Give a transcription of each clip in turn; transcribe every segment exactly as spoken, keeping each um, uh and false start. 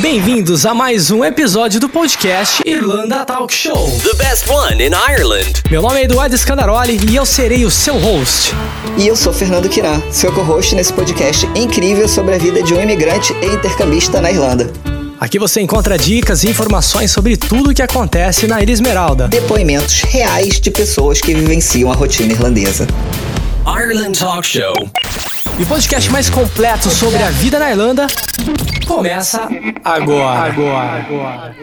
Bem-vindos a mais um episódio do podcast Irlanda Talk Show. The best one in Ireland. Meu nome é Eduardo Scandaroli e eu serei o seu host. E eu sou Fernando Quirã, seu co-host nesse podcast incrível sobre a vida de um imigrante e intercambista na Irlanda. Aqui você encontra dicas e informações sobre tudo o que acontece na Ilha Esmeralda. Depoimentos reais de pessoas que vivenciam a rotina irlandesa. Ireland Talk Show. E o podcast mais completo sobre a vida na Irlanda começa agora. Agora. agora.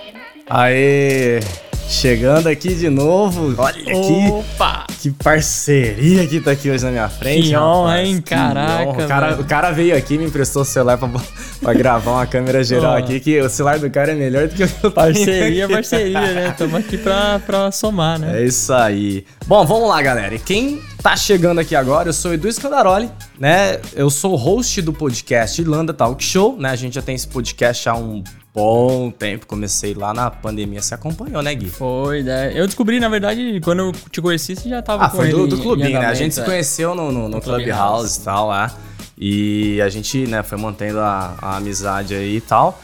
Aê! Chegando aqui de novo. Olha Opa! que, que parceria que tá aqui hoje na minha frente. Que honra, rapaz. hein? Que Caraca, honra. O cara, o cara veio aqui e me emprestou o celular pra, pra gravar uma câmera geral Oh. aqui, que o celular do cara é melhor do que o meu. Parceria, parceria, né? Estamos aqui pra, pra somar, né? É isso aí. Bom, vamos lá, galera. E quem tá chegando aqui agora, eu sou o Edu Scandaroli, né? Eu sou o host do podcast Irlanda Talk Show, né? A gente já tem esse podcast há um bom tempo. Comecei lá na pandemia, você acompanhou, né, Gui? Foi, né? Eu descobri, na verdade, quando eu te conheci, você já tava Ah, com foi ele do, do em- clubinho, em né? A andamento, gente se é. conheceu no, no, no No Clubhouse Clubhouse. e tal lá. E a gente, né, foi mantendo a, a amizade aí e tal.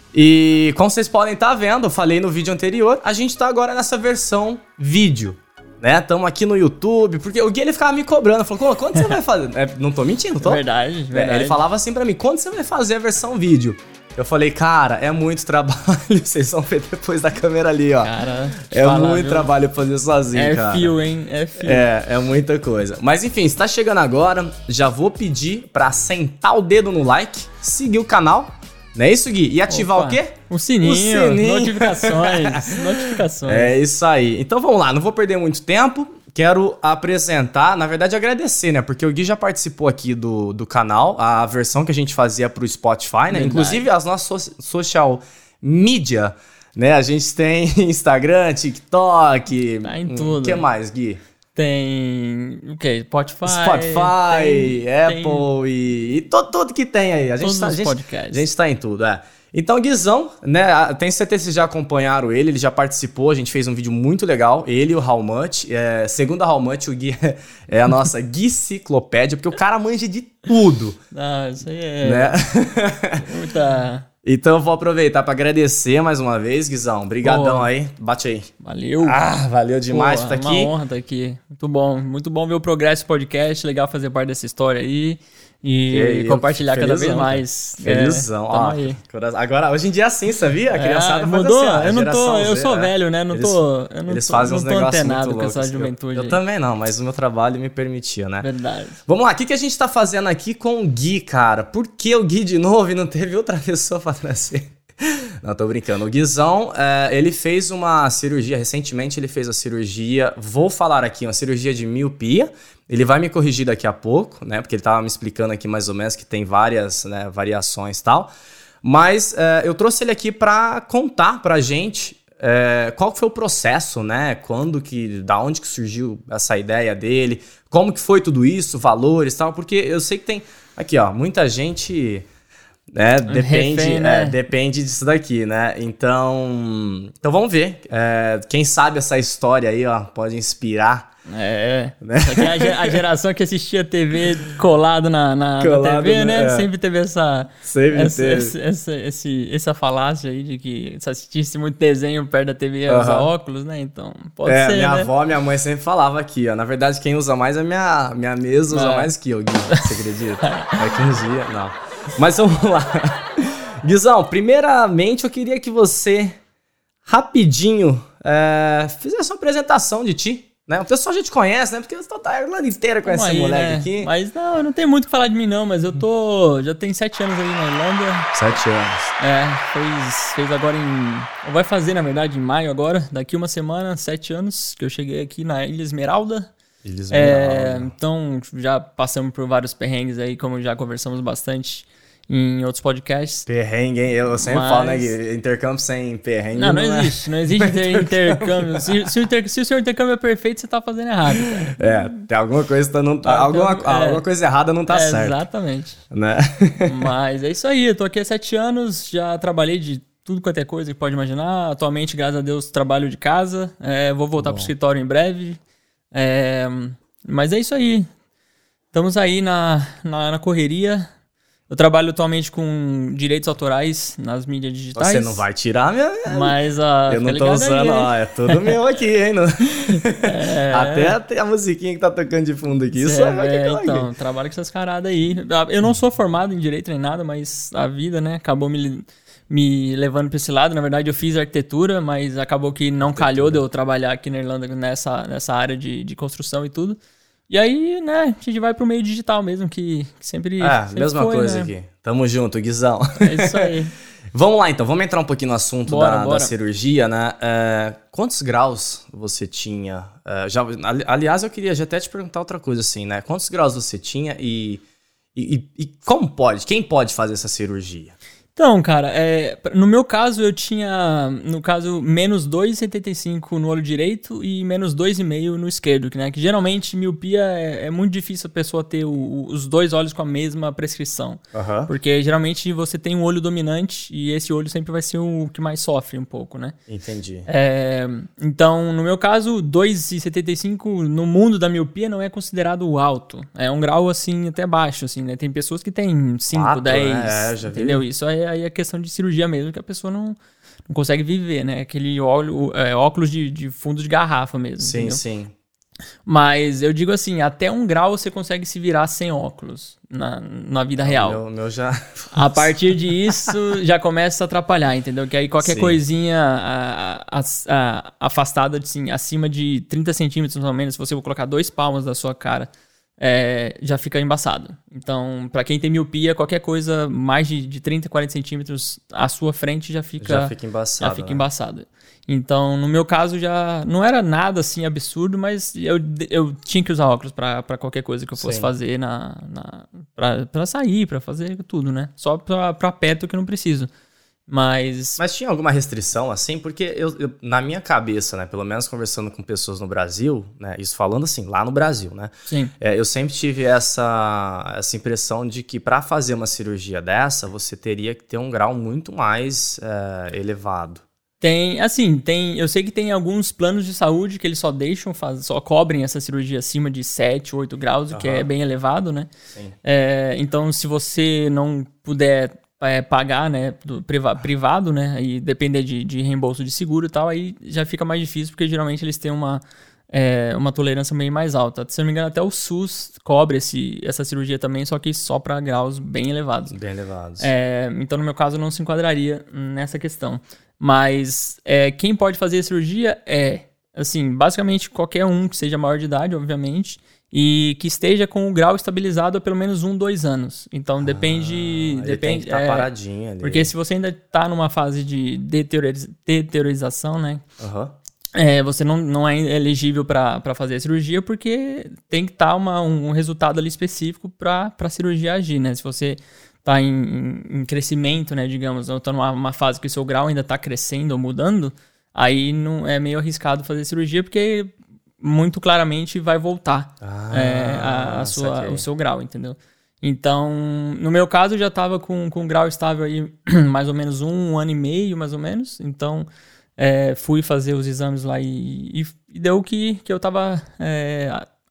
E como vocês podem estar vendo, eu falei no vídeo anterior, a gente tá agora nessa versão vídeo, né? Tamo aqui no YouTube, porque o Gui, ele ficava me cobrando, falou, quando você vai fazer? É, não tô mentindo, tô? Verdade, verdade. Ele falava assim pra mim, quando você vai fazer a versão vídeo? Eu falei, cara, é muito trabalho, vocês vão ver depois da câmera ali, ó. Cara, te é falar, muito viu? trabalho fazer sozinho, É cara. fio, hein? É fio. É, é muita coisa. Mas enfim, se tá chegando agora, já vou pedir pra sentar o dedo no like, seguir o canal, não é isso, Gui? E ativar Opa, o quê? O sininho, O sininho. notificações, notificações. É isso aí. Então vamos lá, não vou perder muito tempo. Quero apresentar, na verdade agradecer, né? Porque o Gui já participou aqui do, do canal, a versão que a gente fazia pro Spotify, né? Verdade. Inclusive as nossas so- social media, né? A gente tem Instagram, TikTok. Tá em O tudo. que mais, Gui? Tem o quê? Spotify. Spotify, tem- Apple tem e, e to- tudo que tem aí. A gente Todos tá, a os gente, podcasts. a gente tá em tudo, é. Então, Guizão, né, a- tenho certeza que vocês já acompanharam ele, ele já participou, a gente fez um vídeo muito legal, ele e o How Much. É, segundo a How Much, o Gui é a nossa Guiciclopédia, porque o cara manja de tudo, Ah, isso aí é né? muita... Então eu vou aproveitar para agradecer mais uma vez, Guizão. Obrigadão Boa. aí, bate aí. Valeu. Ah, valeu demais Pô, por estar é aqui. uma honra estar aqui. Muito bom. Muito bom ver o Progresso Podcast. Legal fazer parte dessa história aí. E E aí, compartilhar cada felizão, vez cara. mais. Felizão, É, ó. tamo aí. Cora- Agora, hoje em dia é assim, sabia? A criançada É, faz mudou? assim, ó, a eu não tô. geração Eu Z, sou é. velho, né? Não Eles- tô. Eu não Eles tô, fazem uns não tô negócios antenado muito com essa loucos. juventude. Eu, eu aí. também não, mas o meu trabalho me permitia, né? Verdade. Vamos lá, o que, que a gente tá fazendo aqui com o Gui, cara? Por que o Gui de novo e não teve outra pessoa pra trazer? Não, tô brincando. O Guizão, é, ele fez uma cirurgia, recentemente ele fez a cirurgia, vou falar aqui, uma cirurgia de miopia. Ele vai me corrigir daqui a pouco, né? Porque ele tava me explicando aqui mais ou menos que tem várias, né, variações e tal. Mas é, eu trouxe ele aqui pra contar pra gente é, qual que foi o processo, né? Quando que, da onde que surgiu essa ideia dele, como que foi tudo isso, valores e tal. Porque eu sei que tem, aqui ó, muita gente... né, depende, refém, né? é, depende disso daqui, né? Então, então vamos ver. É, quem sabe essa história aí, ó, pode inspirar. É. Né? Só que a, ge- a geração que assistia T V colado na, na, na Colado, T V, né? né? É. Sempre teve essa. Sempre essa, teve. Essa, essa, esse, essa falácia aí de que se assistisse muito desenho perto da T V ia usar Aham. óculos, né? Então, pode é, ser, minha né? avó, minha mãe sempre falava aqui, ó. Na verdade, quem usa mais é minha, minha mesa, usa É. mais que eu, Gui. Você acredita? Daqui uns dias, não. Mas vamos lá. Guizão, primeiramente eu queria que você, rapidinho, é, fizesse uma apresentação de ti. Né? O pessoal já te conhece, né? Porque eu tô tá a Irlanda inteira conhece Tamo esse aí, moleque né? aqui. Mas não, eu não tenho muito o que falar de mim, não, mas eu tô. Já tem sete anos ali na Irlanda. Sete anos. É, fez, fez agora em. Ou vai fazer, na verdade, em maio agora. Daqui uma semana, sete anos, que eu cheguei aqui na Ilha Esmeralda. Eles É, então, já passamos por vários perrengues aí, como já conversamos bastante em outros podcasts. Perrengue, hein? Eu sempre Mas- falo, né, Gui? Intercâmbio sem perrengue. Não, não é- existe. Não existe ter intercâmbio. Se, se, o inter- se o seu intercâmbio é perfeito, você tá fazendo errado, cara. É, tem alguma coisa que tá não, Tá, alguma, então, é. alguma coisa errada não tá É, certo, exatamente. né? Mas é isso aí, eu tô aqui há sete anos, já trabalhei de tudo quanto é coisa que pode imaginar. Atualmente, graças a Deus, trabalho de casa. É, vou voltar Bom. pro escritório em breve. É, mas é isso aí. Estamos aí na, na, na correria. Eu trabalho atualmente com direitos autorais nas mídias digitais. Você não vai tirar minha... Mas a... Eu não tô usando, aí, ó, é tudo meu aqui, hein? Não... É... Até, até a musiquinha que tá tocando de fundo aqui, isso é, é então, aqui. Trabalho com essas caradas aí. Eu não sou formado em direito nem nada, mas a vida, né, acabou me, me levando pra esse lado. Na verdade, eu fiz arquitetura, mas acabou que não calhou de eu trabalhar aqui na Irlanda nessa, nessa área de, de construção e tudo. E aí, né, a gente vai pro meio digital mesmo, que, que sempre. É, sempre mesma foi, coisa né? aqui. Tamo junto, Guizão. É isso aí. Vamos lá, então. Vamos entrar um pouquinho no assunto bora, da, bora. da cirurgia, né? É, quantos graus você tinha? É, já, ali, aliás, eu queria já até te perguntar outra coisa, assim, né? Quantos graus você tinha e, e, e, e como pode? Quem pode fazer essa cirurgia? Então, cara, é, no meu caso eu tinha, no caso, menos dois vírgula setenta e cinco no olho direito e menos dois vírgula cinco no esquerdo, né? Que geralmente miopia é, é muito difícil a pessoa ter o, o, os dois olhos com a mesma prescrição. Uhum. Porque geralmente você tem um olho dominante e esse olho sempre vai ser o que mais sofre um pouco, né? Entendi. É, então, no meu caso, dois vírgula setenta e cinco no mundo da miopia não é considerado alto. É um grau, assim, até baixo, assim, né? Tem pessoas que têm cinco, dez, né? É, já vi. entendeu? Isso aí aí é questão de cirurgia mesmo, que a pessoa não, não consegue viver, né? Aquele óleo, é, óculos de, de fundo de garrafa mesmo. Sim, entendeu? sim. Mas eu digo assim, até um grau você consegue se virar sem óculos na, na vida real. Meu, meu já... A partir disso, já começa a atrapalhar, entendeu? Que aí qualquer Sim. coisinha a, a, a, afastada, assim, acima de trinta centímetros, mais ou menos, se você for colocar dois palmos da sua cara, É, já fica embaçado. Então, pra quem tem miopia, qualquer coisa mais de, de trinta, quarenta centímetros à sua frente já fica, já fica embaçado. Já fica né? embaçado. Então, no meu caso, já não era nada assim absurdo, mas eu, eu tinha que usar óculos pra, pra qualquer coisa que eu fosse Sim. fazer, na, na, pra, pra sair, pra fazer tudo, né? Só pra, pra perto que eu não preciso. Mas... Mas tinha alguma restrição, assim? Porque eu, eu, na minha cabeça, né? Pelo menos conversando com pessoas no Brasil, né? Isso falando assim, lá no Brasil, né? Sim. É, eu sempre tive essa, essa impressão de que para fazer uma cirurgia dessa, você teria que ter um grau muito mais é, elevado. Tem, assim, tem, eu sei que tem alguns planos de saúde que eles só deixam, faz, só cobrem essa cirurgia acima de sete, oito graus, o uhum. que é bem elevado, né? Sim. É, então, se você não puder... É, pagar, né, do priva- privado, né, e depender de, de reembolso de seguro e tal, aí já fica mais difícil, porque geralmente eles têm uma, é, uma tolerância meio mais alta. Se eu não me engano, até o SUS cobre esse, essa cirurgia também, só que só para graus bem elevados. Bem elevados. É, então, no meu caso, não se enquadraria nessa questão. Mas é, quem pode fazer a cirurgia é, assim, basicamente qualquer um que seja maior de idade, obviamente, e que esteja com o grau estabilizado há pelo menos um, dois anos. Então, depende... Ah, depende tem que estar é, paradinho ali. Porque se você ainda está numa fase de deterioriz- deteriorização, né? Uhum. É, você não, não é elegível para fazer a cirurgia, porque tem que estar tá um resultado ali específico para a cirurgia agir, né? Se você está em, em crescimento, né, digamos, ou está numa uma fase que o seu grau ainda está crescendo ou mudando, aí não, é meio arriscado fazer cirurgia, porque... muito claramente vai voltar ah, é, a, a sua, o seu grau, entendeu? Então, no meu caso, eu já estava com, com um grau estável aí mais ou menos um, um ano e meio, mais ou menos. Então, é, fui fazer os exames lá e, e, e deu que, que eu estava é,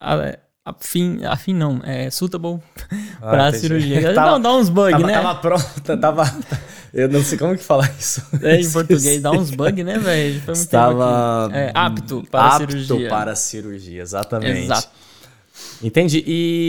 afim, afim não, é suitable ah, para a cirurgia. Tava, não, dá uns bugs, tava, né? Tava pronta, tava... Eu não sei como que falar isso. É, em português, dá uns bugs, né, velho? Estava é, apto para apto a cirurgia. Apto para a cirurgia, exatamente. Exato. Entendi.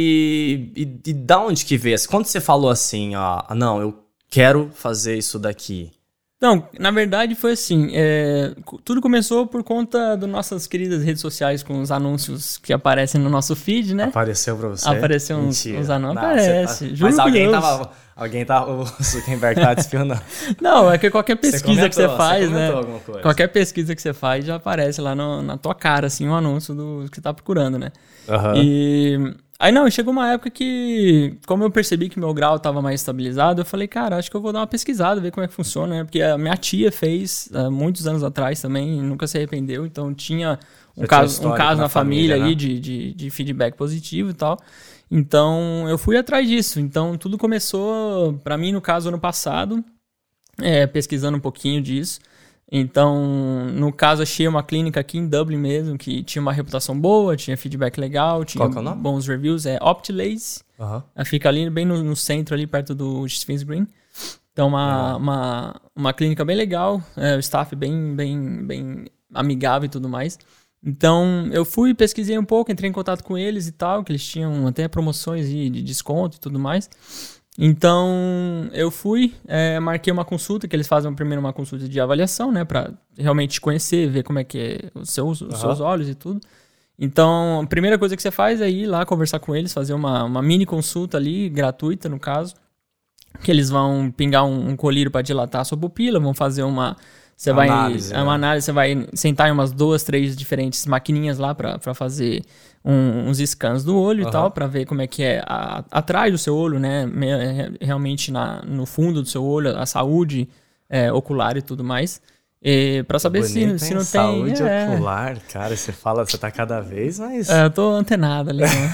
E, e, e da onde que veio? Quando você falou assim, ó, não, eu quero fazer isso daqui. Não, na verdade foi assim, é, tudo começou por conta das nossas queridas redes sociais com os anúncios que aparecem no nosso feed, né? Apareceu pra você? Apareceu uns, uns anúncios, não, aparece, tá... juro Mas alguém Deus. tava, alguém tava, o Zuckerberg tava te espionando. Não, é que qualquer pesquisa comentou, que você faz, você né? Alguma coisa. Qualquer pesquisa que você faz já aparece lá no, na tua cara, assim, um anúncio do que você tá procurando, né? Uhum. E... Aí não, chegou uma época que, como eu percebi que meu grau estava mais estabilizado, eu falei, cara, acho que eu vou dar uma pesquisada, ver como é que funciona, né? Porque a minha tia fez há muitos anos atrás também, e nunca se arrependeu, então tinha um caso, um caso na, na família, família né? aí de, de, de feedback positivo e tal. Então, eu fui atrás disso. Então, tudo começou, para mim, no caso, ano passado, é, pesquisando um pouquinho disso. Então, no caso, achei uma clínica aqui em Dublin mesmo, que tinha uma reputação boa, tinha feedback legal, tinha Qual que é o nome? bons reviews. É Optilace. Uhum. Ela fica ali bem no, no centro, ali perto do Stephen's Green. Então, uma, uhum. uma, uma clínica bem legal, é, o staff bem, bem, bem amigável e tudo mais. Então, eu fui, pesquisei um pouco, entrei em contato com eles e tal, que eles tinham até promoções de, de desconto e tudo mais. Então, eu fui, é, marquei uma consulta, que eles fazem primeiro uma consulta de avaliação, né, pra realmente te conhecer, ver como é que é os seus, os seus olhos e tudo. Então, a primeira coisa que você faz é ir lá conversar com eles, fazer uma, uma mini consulta ali, gratuita no caso, que eles vão pingar um, um colírio para dilatar a sua pupila, vão fazer uma... Você Análise, vai, né? uma análise, você vai sentar em umas duas, três diferentes maquininhas lá pra, pra fazer um, uns scans do olho Uhum. e tal, pra ver como é que é a, atrás do seu olho, né? Me- Realmente na, no fundo do seu olho, a saúde é, ocular e tudo mais. E pra saber se, Bonito, se hein? não tem... Saúde é, ocular, cara, você fala, você tá cada vez mais... é, eu tô antenado ali, né?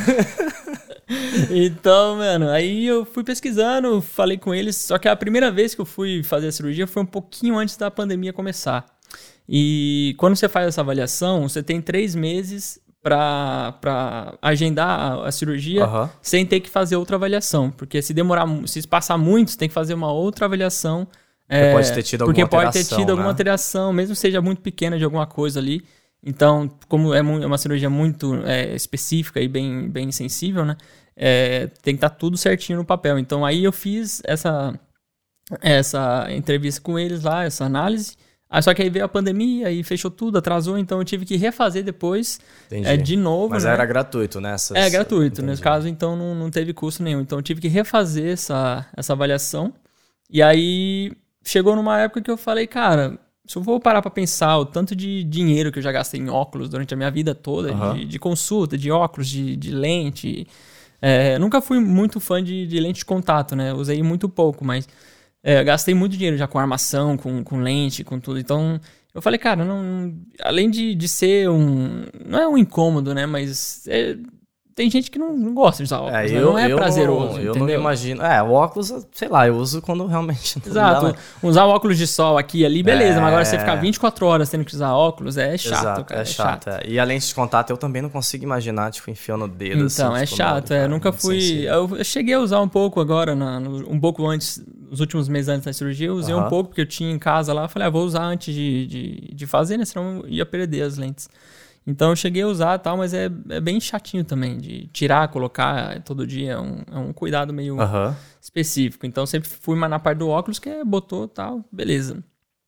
Então, mano, aí eu fui pesquisando, falei com eles, só que a primeira vez que eu fui fazer a cirurgia foi um pouquinho antes da pandemia começar. E quando você faz essa avaliação, você tem três meses pra, pra agendar a, a cirurgia Aham. sem ter que fazer outra avaliação. Porque se demorar, mu- se passar muito, você tem que fazer uma outra avaliação. é, pode ter tido porque alguma pode ter alteração, tido alguma né? alteração, mesmo que seja muito pequena de alguma coisa ali. Então, como é mu- é uma cirurgia muito é, específica e bem, bem sensível, né? É, tem que estar tudo certinho no papel. Então, aí eu fiz essa, essa entrevista com eles lá, essa análise. Aí, só que aí veio a pandemia, aí fechou tudo, atrasou. Então, eu tive que refazer depois Entendi. é, de novo. Mas né? era gratuito, né? Essas... É gratuito. Entendi. Nesse caso, então, não, não teve custo nenhum. Então, eu tive que refazer essa, essa avaliação. E aí, chegou numa época que eu falei, cara, se eu vou parar pra pensar o tanto de dinheiro que eu já gastei em óculos durante a minha vida toda, Aham. de, de consulta, de óculos, de, de lente. É, nunca fui muito fã de, de lente de contato, né? Usei muito pouco, mas é, gastei muito dinheiro já com armação, com, com lente, com tudo. Então, eu falei, cara, não, além de, de ser um... Não é um incômodo, né? Mas é, tem gente que não, não gosta de usar óculos, É, né? eu, Não é eu prazeroso, não, eu entendeu? não me imagino. É, o óculos, sei lá, eu uso quando realmente não Exato. dá, mas- Usar óculos de sol aqui e ali, beleza. É. Mas agora você ficar vinte e quatro horas tendo que usar óculos é chato, Exato, cara. é chato. é. E a lente de contato eu também não consigo imaginar, tipo, enfiando o dedo assim. Então, é tipo, chato. no- É, cara, nunca muito fui... sensível. Eu, eu cheguei a usar um pouco agora, na, no- um pouco antes, os últimos meses antes da cirurgia, eu usei um Aham. pouco, porque eu tinha em casa lá. Eu falei, ah, vou usar antes de, de, de fazer, né? Senão eu ia perder as lentes. Então, eu cheguei a usar e tal, mas é, é bem chatinho também, de tirar, colocar todo dia. É um, é um cuidado meio... Aham. específico. Então, sempre fui mais na parte do óculos, que é botou e tal, beleza.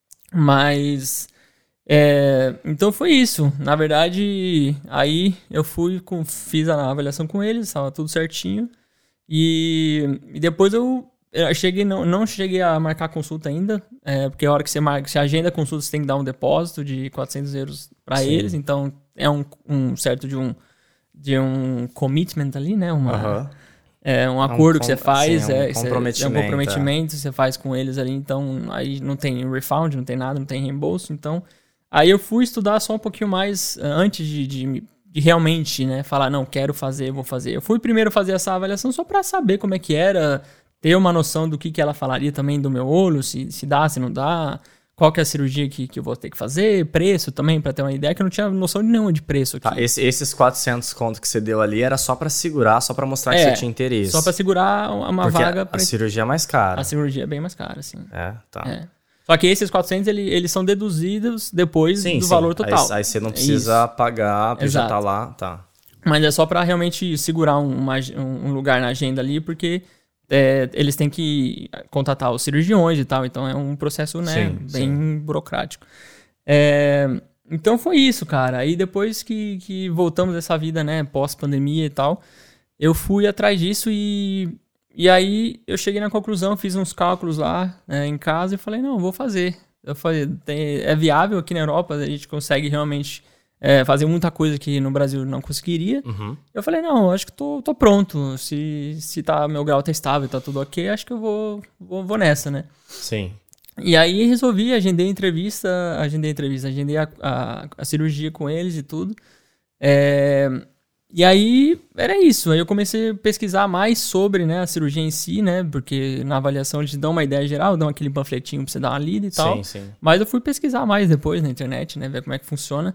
Mas, é, então foi isso. Na verdade, aí eu fui, com, fiz a avaliação com eles, estava tudo certinho. E, e depois eu, eu cheguei, não, não cheguei a marcar consulta ainda, é, porque a hora que você, marca, você agenda a consulta, você tem que dar um depósito de quatrocentos euros para Sim. eles. Então, é um, um certo de um, de um commitment ali, né? Uma, Aham. É um acordo com- que você faz, sim, é um é, que você- comprometimento, é um comprometimento que você faz com eles ali, então aí não tem refund, não tem nada, não tem reembolso, então aí eu fui estudar só um pouquinho mais eh, antes de, de, de realmente, né, falar, não, quero fazer, vou fazer. Eu fui primeiro fazer essa avaliação só pra saber como é que era, ter uma noção do que, que ela falaria também do meu olho, se, se dá, se não dá, qual que é a cirurgia que, que eu vou ter que fazer, preço também, pra ter uma ideia, que eu não tinha noção nenhuma de preço aqui. Tá, esse- esses quatrocentos conto que você deu ali era só pra segurar, só pra mostrar que É, você tinha interesse. Só pra segurar uma Porque vaga a, pra... a cirurgia é mais cara. A cirurgia é bem mais cara, assim. É, tá. É. Só que esses quatrocentos, ele, eles são deduzidos depois Sim, do sim. valor total. Aí, aí você não É precisa isso. pagar, porque já Exato. tá lá, tá. Mas é só pra realmente segurar um, uma- um lugar na agenda ali, porque é, eles têm que contatar os cirurgiões e tal, então é um processo, né, Sim, bem burocrático. É, então foi isso, cara. Aí depois que, que voltamos dessa vida, né, pós-pandemia e tal, eu fui atrás disso e, e aí eu cheguei na conclusão, fiz uns cálculos lá é, em casa e falei, não, vou fazer. Eu falei, tem, é viável aqui na Europa, a gente consegue realmente é, fazer muita coisa que no Brasil não conseguiria. Uhum. Eu falei, não, acho que tô, tô pronto. Se, se tá, meu grau tá estável, tá tudo ok, acho que eu vou, vou, vou nessa, né? Sim. E aí resolvi, agendei a entrevista, agendei a entrevista, agendei a, a, a cirurgia com eles e tudo. É, E aí, era isso. Aí eu comecei a pesquisar mais sobre, né, a cirurgia em si, né? Porque na avaliação eles dão uma ideia geral, dão aquele panfletinho pra você dar uma lida e tal. Sim, sim. Mas eu fui pesquisar mais depois na internet, né? Ver como é que funciona.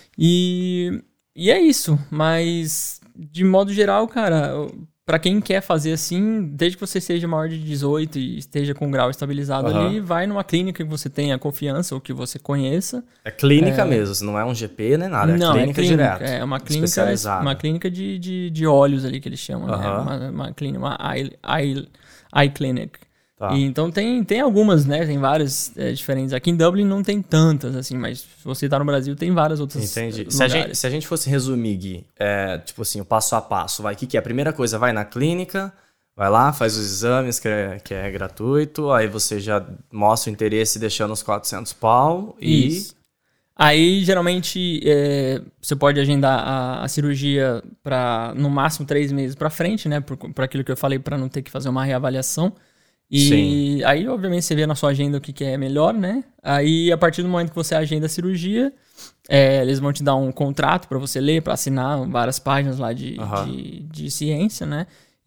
E, e é isso. Mas, de modo geral, cara, pra quem quer fazer assim, desde que você seja maior de dezoito e esteja com o grau estabilizado Uhum. ali, vai numa clínica que você tenha confiança ou que você conheça. É clínica mesmo, não é um G P nem nada, é Não, clínica, é clínica direto. É uma clínica, especializada. uma clínica de, de, de olhos ali que eles chamam, né? Aham. Uma, uma clínica, uma eye, eye, eye clinic. Tá. E então tem, tem algumas, né? Tem várias é, diferentes. Aqui em Dublin não tem tantas, assim, mas se você tá no Brasil, tem várias outras. Entendi. eh, Se a, lugares. gente, se a gente fosse resumir, Gui, é, tipo assim, o passo a passo, vai, o que, que é? A primeira coisa, vai na clínica, vai lá, faz os exames, que é, que é gratuito, aí você já mostra o interesse deixando os quatrocentos pau e... Isso. Aí, geralmente, é, você pode agendar a, a cirurgia para no máximo três meses para frente, né? Por, por aquilo que eu falei, para não ter que fazer uma reavaliação. E Sim. aí, obviamente, você vê na sua agenda o que, que é melhor, né? Aí, a partir do momento que você agenda a cirurgia, é, eles vão te dar um contrato para você ler, para assinar várias páginas lá de, Aham. de, de ciência, né?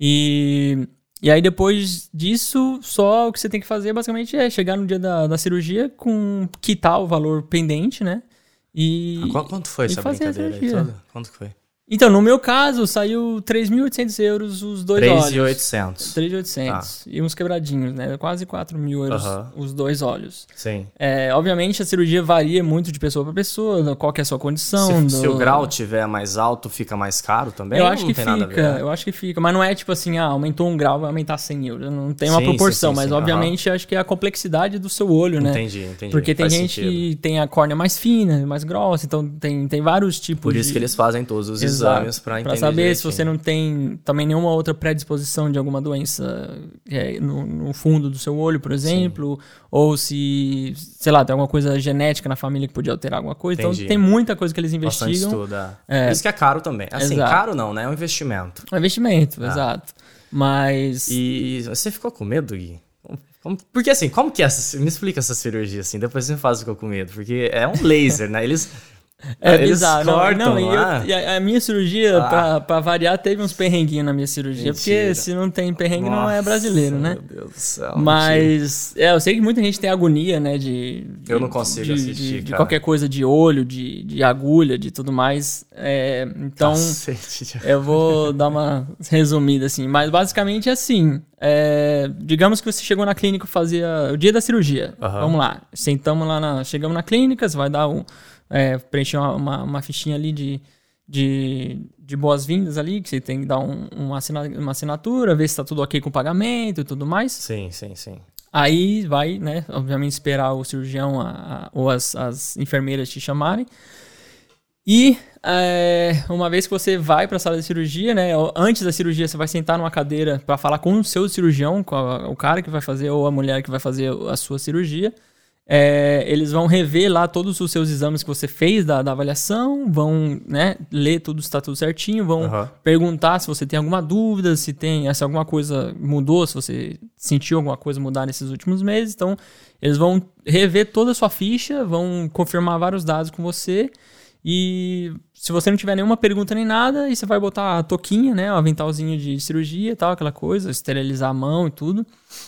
E, e aí, depois disso, só o que você tem que fazer, basicamente, é chegar no dia da, da cirurgia com quitar o valor pendente, né? E, Ah, qu- quanto foi e essa fazer a brincadeira aí cirurgia. toda? Quanto que foi? Então, no meu caso, saiu três mil e oitocentos euros os dois três olhos. mil e oitocentos. três mil e oitocentos. E uns quebradinhos, né? Quase quatro mil euros Aham. os dois olhos. Sim. É, obviamente, a cirurgia varia muito de pessoa para pessoa, qual que é a sua condição. Se, do... se o grau tiver mais alto, fica mais caro também? Eu Ou acho não que tem nada a fica, ver? eu acho que fica. Mas não é tipo assim, ah, aumentou um grau, vai aumentar cem euros. Não tem uma Sim, proporção, sim, sim, mas sim, obviamente acho que é a complexidade do seu olho, né? Entendi, entendi. Porque tem Faz gente sentido. que tem a córnea mais fina, mais grossa, então tem, tem vários tipos Por de... isso que eles fazem todos os Exato. exames pra entender Pra saber se direitinho. você não tem também nenhuma outra predisposição de alguma doença é, no, no fundo do seu olho, por exemplo, ou se, sei lá, tem alguma coisa genética na família que podia alterar alguma coisa. Entendi. Então tem muita coisa que eles Bastante investigam. estudo, é. É. Por isso que é caro também. Assim, Exato. caro não, né? É um investimento. É um investimento, Ah. exato. Mas... E você ficou com medo, Gui? Como- porque assim, como que é essa... Me explica essa cirurgia, assim, depois você me faz ficou com medo. Porque é um laser, né? Eles... É eles bizarro. Não, cortam não, e eu- lá. e a, a minha cirurgia, Ah. pra, pra variar, teve uns perrenguinhos na minha cirurgia. Mentira. Porque se não tem perrengue, não é Nossa, brasileiro, né? Meu Deus do céu. mentira. Mas é, eu sei que muita gente tem agonia, né? De, de- Eu não consigo de, assistir, de, de cara. qualquer coisa de olho, de, de agulha, de tudo mais. É, então, Cacete. eu vou dar uma resumida assim. Mas basicamente é assim. É, digamos que você chegou na clínica fazer o dia da cirurgia. Aham. Vamos lá. Sentamos lá na. Chegamos na clínica, você vai dar um. É, preencher uma, uma, uma fichinha ali de, de, de boas-vindas ali, que você tem que dar um, uma, assina- uma assinatura, ver se tá tudo ok com o pagamento e tudo mais. Sim, sim, sim. Aí vai, né, obviamente esperar o cirurgião a- a- ou as, as enfermeiras te chamarem. E é, uma vez que você vai para a sala de cirurgia, né, ou antes da cirurgia você vai sentar numa cadeira para falar com o seu cirurgião, com a- o cara que vai fazer ou a mulher que vai fazer a sua cirurgia. É, eles vão rever lá todos os seus exames que você fez da, da avaliação, vão, né, ler tudo, se está tudo certinho, vão Aham. perguntar se você tem alguma dúvida, se tem, se alguma coisa mudou, se você sentiu alguma coisa mudar nesses últimos meses. Então, eles vão rever toda a sua ficha, vão confirmar vários dados com você. E se você não tiver nenhuma pergunta nem nada, aí você vai botar a touquinha, né, o aventalzinho de cirurgia e tal, aquela coisa, esterilizar a mão e tudo.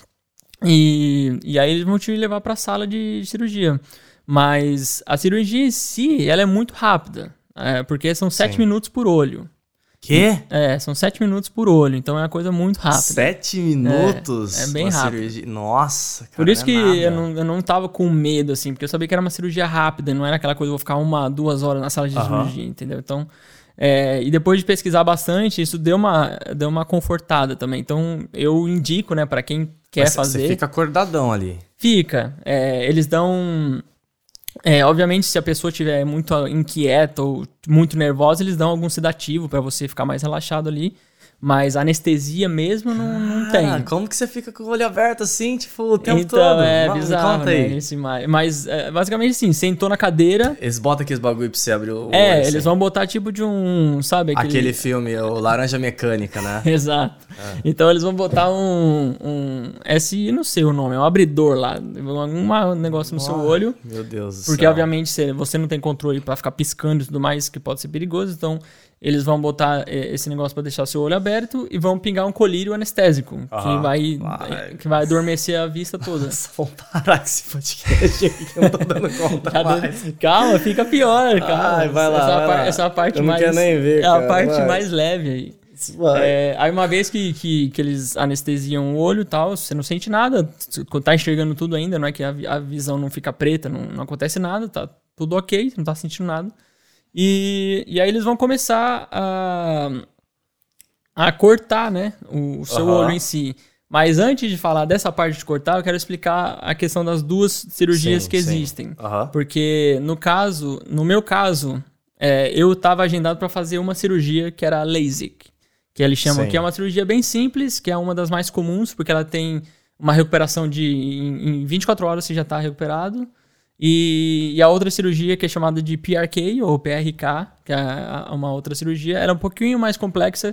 E, e aí eles vão te levar para a sala de cirurgia. Mas a cirurgia em si, ela é muito rápida, é, porque são sete Sim. minutos por olho. Quê? É, são sete minutos por olho, então é uma coisa muito rápida. Sete minutos? É, é bem uma rápido. cirurgia. Nossa, cara. Por isso não é que nada. eu não, eu não tava com medo, assim, porque eu sabia que era uma cirurgia rápida, não era aquela coisa, eu vou ficar uma, duas horas na sala de Aham. cirurgia, entendeu? Então, é, e depois de pesquisar bastante, isso deu uma, deu uma confortada também. Então, eu indico, né, pra quem quer Mas fazer. Você fica acordadão ali. Fica. É, eles dão... É, obviamente, se a pessoa estiver muito inquieta ou muito nervosa, eles dão algum sedativo pra você ficar mais relaxado ali. Mas anestesia mesmo não, não tem. Ah, como que você fica com o olho aberto assim, tipo, o tempo Então, todo? é Não, me bizarro, conta aí. né? Esse, ma- mas, é, basicamente, assim, sentou na cadeira... Eles botam aqueles bagulho pra você abrir o É, olho, assim. eles vão botar tipo de um, sabe? Aquele filme, o Laranja Mecânica, né? Exato. Então eles vão botar um, um... Esse, eu não sei o nome, é um abridor lá. Um negócio no seu Ah, olho. Meu Deus do Porque, céu. obviamente, você- você não tem controle pra ficar piscando e tudo mais, que pode ser perigoso. Então, eles vão botar esse negócio pra deixar o seu olho aberto e vão pingar um colírio anestésico, ah, que, vai, vai, que vai adormecer a vista toda. Nossa, vamos parar com esse podcast aqui que eu não tô dando conta mais. Calma, fica pior, calma. Ai, vai lá, essa, vai a, lá. essa é a parte eu mais... não quero nem ver, É cara, a parte vai. mais leve aí. É, aí uma vez que, que, que eles anestesiam o olho e tal, você não sente nada, tá enxergando tudo ainda, não é que a, a visão não fica preta, não, não acontece nada, tá tudo ok, você não tá sentindo nada. E, e aí eles vão começar a, a cortar, né, o, o seu uhum. olho em si. Mas antes de falar dessa parte de cortar, eu quero explicar a questão das duas cirurgias sim, que sim. existem. Uhum. Porque no caso, no meu caso, é, eu tava agendado para fazer uma cirurgia que era a LASIK. Que eles chamam Sim. que é uma cirurgia bem simples, que é uma das mais comuns, porque ela tem uma recuperação de... Em, em vinte e quatro horas você já está recuperado. E, e a outra cirurgia, que é chamada de P R K, ou P R K, que é uma outra cirurgia, era um pouquinho mais complexa,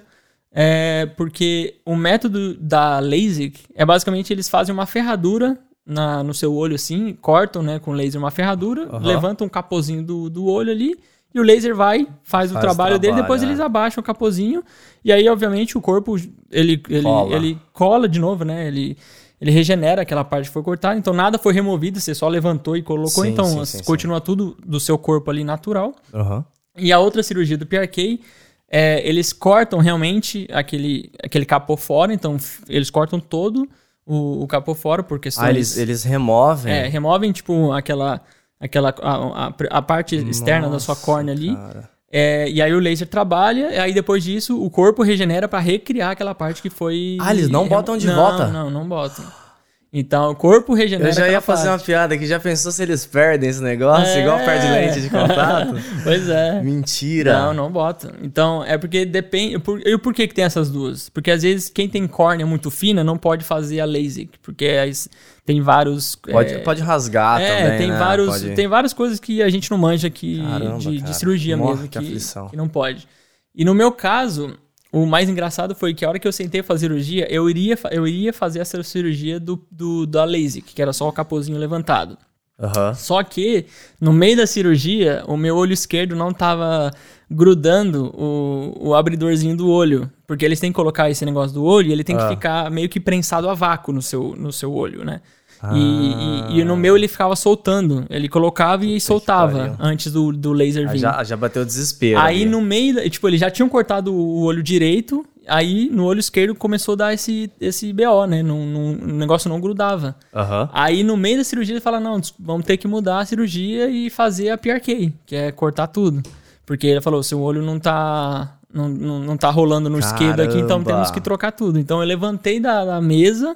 é, porque o método da LASIK é basicamente eles fazem uma ferradura na, no seu olho, assim, cortam, né, com laser uma ferradura, uhum. levantam um capozinho do, do olho ali, e o laser vai, faz, faz o trabalho, trabalho dele, depois é. eles abaixam o capozinho, e aí, obviamente, o corpo, ele, ele, cola. ele cola de novo, né? Ele, ele regenera aquela parte que foi cortada, então nada foi removido, você só levantou e colocou, sim, então sim, sim, continua sim. tudo do seu corpo ali natural. Uhum. E a outra cirurgia do P R K, é, eles cortam realmente aquele, aquele capô fora, então eles cortam todo o, o capô fora, por questões... Ah, eles, eles removem? É, removem, tipo, aquela... Aquela, a, a, a parte externa Nossa, da sua córnea ali. É, e aí o laser trabalha, e aí depois disso o corpo regenera pra recriar aquela parte que foi... Ah, eles não botam de não, volta? Não, não, não botam. Então o corpo regenera. Eu já ia fazer parte. uma piada aqui, já pensou se eles perdem esse negócio? É... Igual perde lente de contato? Pois é. Mentira. Não, não botam. Então é porque depende... Por, e por que que tem essas duas? Porque às vezes quem tem córnea muito fina não pode fazer a LASIK, porque aí tem vários... Pode, é, pode rasgar é, também, tem né? vários, pode... tem várias coisas que a gente não manja aqui. Caramba, de, cara. de cirurgia Morre, mesmo, que, que, que não pode. E no meu caso, o mais engraçado foi que a hora que eu sentei fazer cirurgia, eu iria, eu iria fazer essa cirurgia do, do, da LASIK, que era só o capozinho levantado. Uhum. Só que, no meio da cirurgia, o meu olho esquerdo não tava grudando o, o abridorzinho do olho. Porque eles têm que colocar esse negócio do olho e ele tem que ah. ficar meio que prensado a vácuo no seu, no seu olho, né? Ah. E, e, e no meu ele ficava soltando. Ele colocava e soltava antes do, do laser vir. Já, já bateu o desespero. Aí ali. no meio, da, tipo, eles já tinham cortado o olho direito. Aí no olho esquerdo começou a dar esse, esse B O, né? Não, não, o negócio não grudava. Uhum. Aí no meio da cirurgia ele fala, não, vamos ter que mudar a cirurgia e fazer a P R K, que é cortar tudo. Porque ele falou, seu olho não tá, não, não, não tá rolando no Caramba. esquerdo aqui, então temos que trocar tudo. Então eu levantei da, da mesa...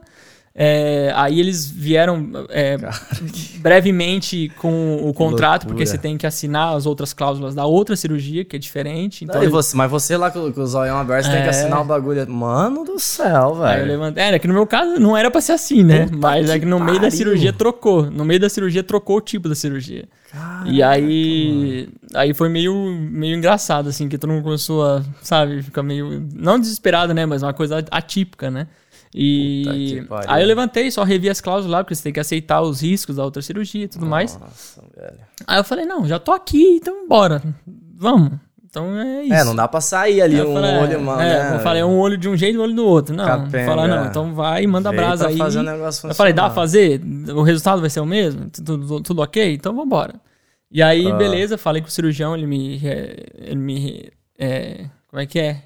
É, aí eles vieram é, brevemente com o contrato, porque você tem que assinar as outras cláusulas da outra cirurgia, que é diferente. Então, não, você, mas você lá com, com o zóio aberto, você é... tem que assinar o bagulho. Mano do céu, velho. Aí eu levantei. É, é que no meu caso não era pra ser assim, né? Puta mas é que no meio pariu. da cirurgia trocou. No meio da cirurgia trocou o tipo da cirurgia. Caraca, e aí, aí foi meio, meio engraçado, assim, que todo mundo começou a, sabe, ficar meio, não desesperado, né? Mas uma coisa atípica, né? E aí eu levantei, só revi as cláusulas lá, porque você tem que aceitar os riscos da outra cirurgia e tudo Nossa, mais. Velho. Aí eu falei, não, já tô aqui, então bora, vamos. Então é isso. É, não dá pra sair ali um falei, olho, mano. É, né? eu falei, um olho de um jeito e um olho do outro. Não, Capenga, falar, não, então vai, manda Veio brasa aí. Fazer o negócio eu falei, dá pra fazer? O resultado vai ser o mesmo? Tudo, tudo, tudo ok? Então vambora. E aí, ah. beleza, falei com o cirurgião, ele me... Ele me é, como é que é?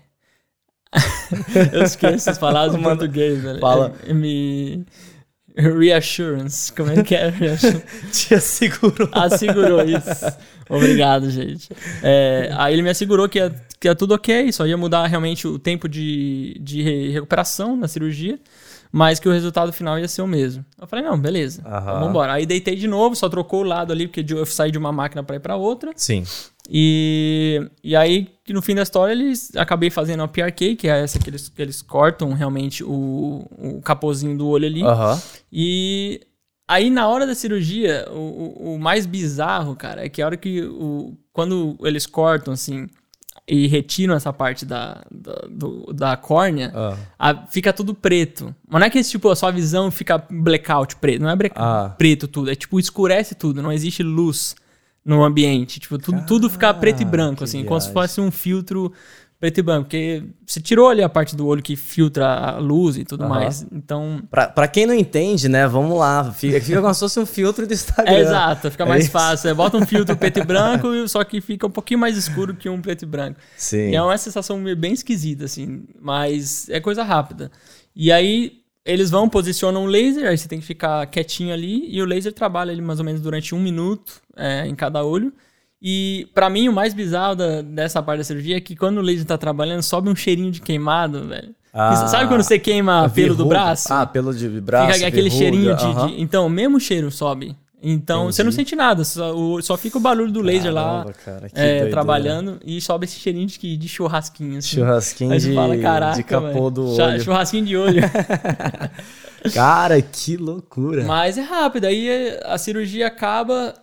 Eu esqueço as palavras em português, velho. Fala. É, me... Reassurance. Como é que é? Te assegurou. Assegurou, isso. Obrigado, gente. É, aí ele me assegurou que ia, que ia tudo ok, só ia mudar realmente o tempo de, de recuperação na cirurgia, mas que o resultado final ia ser o mesmo. Eu falei, não, beleza, então vambora. Aí deitei de novo, só trocou o lado ali, porque eu saí de uma máquina pra ir pra outra. Sim. E, e aí, no fim da história, eles acabei fazendo a P R K, que é essa que eles, que eles cortam realmente o, o capozinho do olho ali. Aham. Uhum. E aí, na hora da cirurgia, o, o, o mais bizarro, cara, é que a hora que o, quando eles cortam, assim, e retiram essa parte da, da, do, da córnea, uh. a, fica tudo preto. Mas não é que esse, tipo, a sua visão fica blackout preto. Não é blackout, uh. preto tudo. É tipo, escurece tudo. Não existe luz no ambiente. Tipo, tudo, tudo fica preto e branco, assim, viagem. como se fosse um filtro preto e branco. Porque você tirou ali a parte do olho que filtra a luz e tudo Aham. mais. Então... Pra, pra quem não entende, né? Vamos lá. Fica, fica como se fosse um filtro do Instagram. É, exato, fica É mais isso? fácil. Você bota um filtro preto e branco, só que fica um pouquinho mais escuro que um preto e branco. Sim. E é uma sensação bem esquisita, assim, mas é coisa rápida. E aí, eles vão, posicionam o laser, aí você tem que ficar quietinho ali, e o laser trabalha ali mais ou menos durante um minuto é, em cada olho. E pra mim, o mais bizarro da, dessa parte da cirurgia é que quando o laser tá trabalhando, sobe um cheirinho de queimado, velho. Ah, Sabe quando você queima pelo do verruga. braço? Ah, pelo de braço. Fica aquele verruga, cheirinho de, aham. de... Então, o mesmo cheiro sobe. Então, Entendi. você não sente nada, só, o- só fica o barulho do laser lá Caramba, cara, que é, doideira. trabalhando e sobe esse cheirinho de, de churrasquinho. Assim. Churrasquinho Aí você de, fala, caraca, de capô velho, do cha- olho. Churrasquinho de olho. Cara, que loucura. Mas é rápido, aí a cirurgia acaba,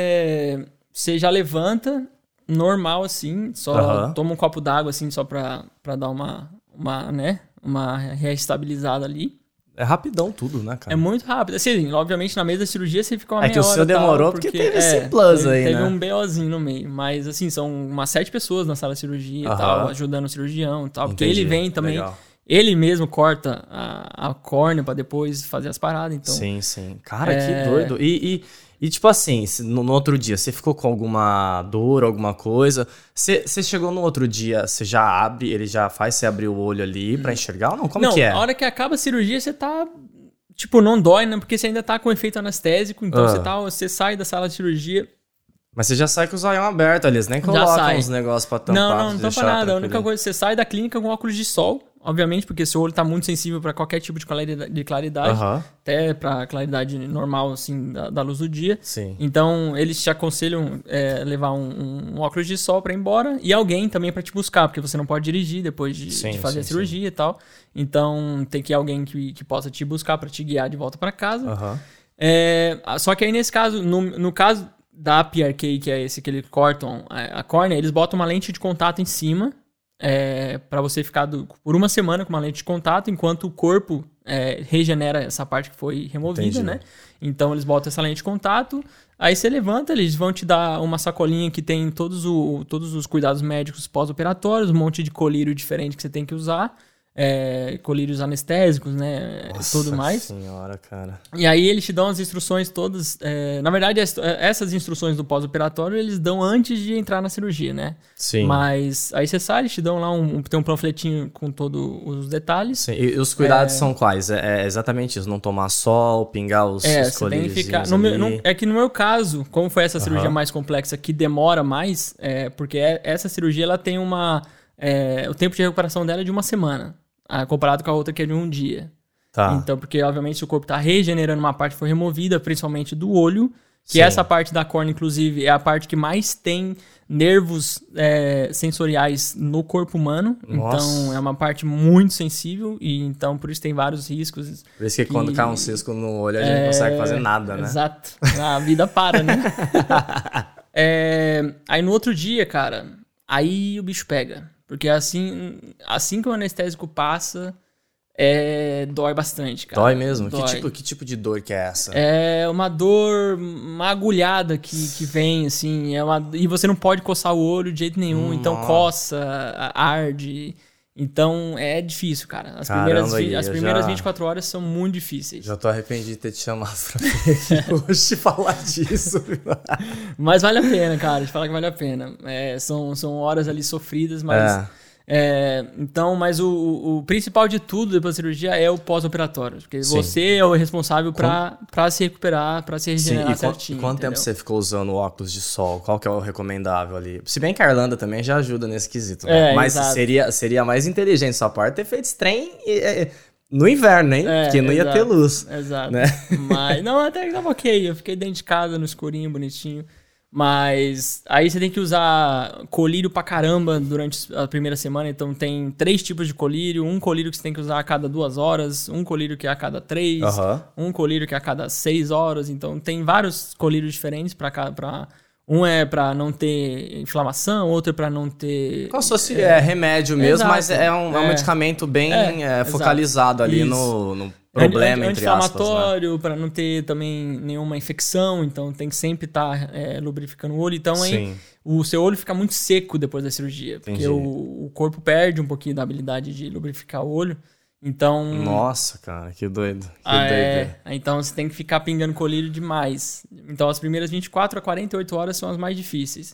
é, você já levanta, normal assim, só Aham. toma um copo d'água assim, só pra, pra dar uma, uma, né, uma reestabilizada ali. É rapidão tudo, né, cara? É muito rápido. Assim, obviamente, na mesa da cirurgia você fica uma É meia que o hora seu e tal, demorou porque teve esse plus teve, aí, teve né? um BOzinho no meio. Mas, assim, são umas sete pessoas na sala de cirurgia Aham. e tal, ajudando o cirurgião e tal. Porque Entendi. ele vem também, Legal. ele mesmo corta a, a córnea pra depois fazer as paradas, então... Sim, sim. Cara, É. que doido. E, e, e, tipo assim, se no, no outro dia, você ficou com alguma dor, alguma coisa? Você você chegou no outro dia, você já abre, ele já faz você abrir o olho ali pra enxergar ou não? Como não, que é? a hora que acaba a cirurgia, você tá... Tipo, não dói, né? Porque você ainda tá com efeito anestésico, então Ah. você, tá, você sai da sala de cirurgia... Mas você já sai com os olhos abertos, eles nem colocam sai. uns negócios pra tampar. Não, não, pra não deixar tampa nada. A tranquilo. única coisa, você sai da clínica com óculos de sol, obviamente, porque seu olho tá muito sensível para qualquer tipo de claridade, de claridade Aham. até pra claridade normal, assim, da, da luz do dia. Sim. Então, eles te aconselham é, levar um, um óculos de sol pra ir embora e alguém também pra te buscar, porque você não pode dirigir depois de, Sim, de fazer sim, a cirurgia e tal. Então, tem que ir alguém que, que possa te buscar pra te guiar de volta pra casa. Aham. É, só que aí nesse caso, no, no caso da P R K, que é esse que eles cortam a, a córnea, eles botam uma lente de contato em cima é, para você ficar do- por uma semana com uma lente de contato, enquanto o corpo é, regenera essa parte que foi removida, Entendi. né? Então eles botam essa lente de contato, aí você levanta, eles vão te dar uma sacolinha que tem todos, o, todos os cuidados médicos pós-operatórios, um monte de colírio diferente que você tem que usar. É, colírios anestésicos, né? Tudo mais. Nossa senhora, cara. E aí eles te dão as instruções todas. é, na verdade, as- essas instruções do pós-operatório eles dão antes de entrar na cirurgia, né? Sim. Mas aí você sai, eles te dão lá um, um- tem um panfletinho com todos os detalhes. Sim. E os cuidados são quais? É, é exatamente isso, não tomar sol, pingar os, É, os você tem que colíriozinhos ficar. no meu- ali. no- é que no meu caso, como foi essa cirurgia Aham. mais complexa que demora mais, é, porque é- essa cirurgia ela tem uma. é, o tempo de recuperação dela é de uma semana, ah, comparado com a outra que é de um dia. Tá. Então, porque obviamente se o corpo está regenerando uma parte que foi removida, principalmente do olho, que Sim. essa parte da córnea, inclusive, é a parte que mais tem nervos é, sensoriais no corpo humano. Nossa. Então, é uma parte muito sensível e então por isso tem vários riscos. Por isso que, quando que- cai um cisco no olho, a gente não consegue fazer nada, né? Exato. A vida para, né? É, aí no outro dia, cara, aí o bicho pega. Porque assim, assim que o anestésico passa, é, dói bastante, cara. Dói mesmo? Dói. Que, tipo, que tipo de dor que é essa? É uma dor, uma agulhada que, que vem, assim, é uma, e você não pode coçar o olho de jeito nenhum, então Nossa. coça, a- arde. Então é difícil, cara. As Caramba, primeiras, vi- Gui, as eu primeiras já- vinte e quatro horas são muito difíceis. Já tô arrependido de ter te chamado pra vir aqui hoje falar disso. Mas vale a pena, cara. De falar que vale a pena. É, são, são horas ali sofridas, mas. É. é, então, mas o, o- o principal de tudo depois da cirurgia é o pós-operatório. Porque Sim. você é o responsável pra, pra se recuperar, pra se Sim, regenerar e quant- certinho. quanto tempo entendeu? você ficou usando óculos de sol? Qual que é o recomendável ali? Se bem que a Irlanda também já ajuda nesse quesito, né? É, Mas exato. seria, seria mais inteligente sua parte ter feito esse trem e- e- no inverno, hein? É, Porque não ia exato, ter luz. Exato. né? Mas, não, até que tava ok. Eu fiquei dentro de casa, no escurinho, bonitinho. Mas aí você tem que usar colírio pra caramba durante a primeira semana. Então tem três tipos de colírio. Um colírio que você tem que usar a cada duas horas. Um colírio que é a cada três. Aham. Um colírio que é a cada seis horas. Então tem vários colírios diferentes pra, ca- pra Um é pra não ter inflamação, outro é pra não ter... Como se fosse é, remédio mesmo, exato. mas é um, é um É. medicamento bem É, é, focalizado ali Isso. no, no problema, entre aspas. Né? Anti-inflamatório, pra não ter também nenhuma infecção, então tem que sempre estar é, lubrificando o olho. Então aí Sim. o seu olho fica muito seco depois da cirurgia, Entendi. porque o, o corpo perde um pouquinho da habilidade de lubrificar o olho. Então... Nossa, cara, que doido. Que Ah, doido. é. Então você tem que ficar pingando colírio demais. Então as primeiras vinte e quatro a quarenta e oito horas são as mais difíceis.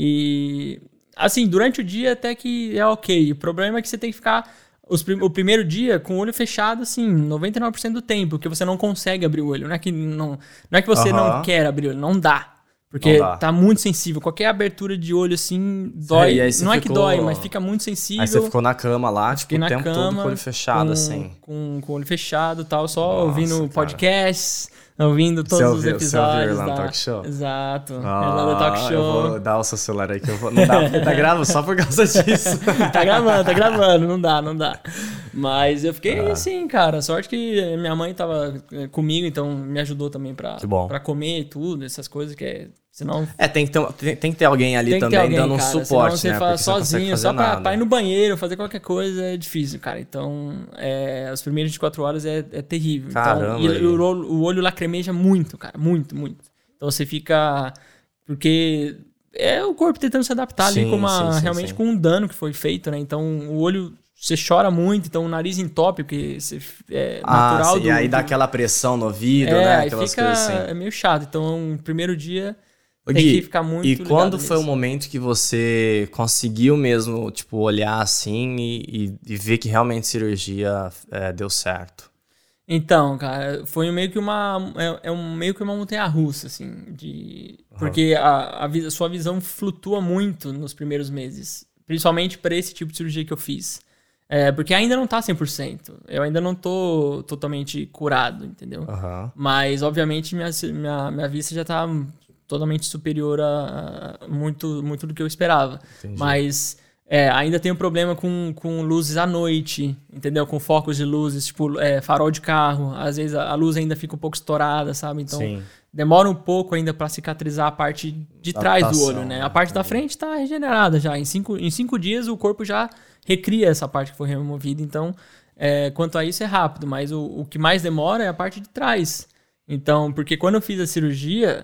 E assim, durante o dia até que é ok. O problema é que você tem que ficar os prim- o primeiro dia com o olho fechado, assim, noventa e nove por cento do tempo, porque você não consegue abrir o olho. Não é que, não, não é que você Aham. não quer abrir o olho, não dá. Porque Não dá. tá muito sensível. Qualquer abertura de olho, assim, dói. e aí você não é que ficou- dói, mas fica muito sensível. Aí você ficou na cama lá, tipo, Fiquei o na tempo todo cama, com o olho fechado, com, assim. Com, com o olho fechado e tal, só Nossa, ouvindo cara. podcasts, ouvindo todos Você os ouviu- você ouviu episódios. Irlanda da... Talk Show? Exato. Ah, Irlanda Talk Show. Eu vou dar o seu celular aí que eu vou... Não dá porque tá gravando só por causa disso. Tá gravando, tá gravando, não dá, não dá. Mas eu fiquei Ah. assim, cara. Sorte que minha mãe tava eh, comigo, então me ajudou também pra, Que bom. pra comer e tudo, essas coisas que é. Senão. É, tem que ter, um- tem, tem que ter alguém ali Tem que ter também alguém, dando um cara, suporte, senão você né? faz Porque você não consegue sozinho, fazer só pra, nada. pra ir no banheiro, fazer qualquer coisa é difícil, cara. Então, é, as primeiras vinte e quatro horas é, é terrível. Caramba, então, e aí. o, olho- o olho lacrimeja muito, cara. Muito, muito. Então você fica. Porque é o corpo tentando se adaptar ali Sim, com uma, sim, sim, realmente sim. com um dano que foi feito, né? Então o olho. Você chora muito, então o nariz entope, porque você, é Ah, natural sim, do... e aí dá do- aquela pressão no ouvido, é, né? aí Aquelas fica coisas assim. é meio chato. Então, o primeiro dia Ô, tem Gui, que ficar muito E ligado quando foi o nisso. momento que você conseguiu mesmo, tipo, olhar assim e, e- e ver que realmente cirurgia é, deu certo? Então, cara, foi meio que uma é, é um meio que uma montanha-russa, assim, de porque a, a vi- a sua visão flutua muito nos primeiros meses, principalmente para esse tipo de cirurgia que eu fiz. É, porque ainda não tá cem por cento. Eu ainda não tô totalmente curado, entendeu? Aham. Mas, obviamente, minha, minha, minha vista já tá totalmente superior a, a muito, muito do que eu esperava. Entendi. Mas é, ainda tenho problema com, com luzes à noite, entendeu? Com focos de luzes, tipo é, farol de carro. Às vezes a, a luz ainda fica um pouco estourada, sabe? Então Sim. demora um pouco ainda pra cicatrizar a parte de trás do Adaptação, olho, né? né? A parte da Entendi. frente tá regenerada já. Em cinco, em cinco dias o corpo já recria essa parte que foi removida. Então, é, quanto a isso é rápido, mas o, o que mais demora é a parte de trás. Então, porque quando eu fiz a cirurgia,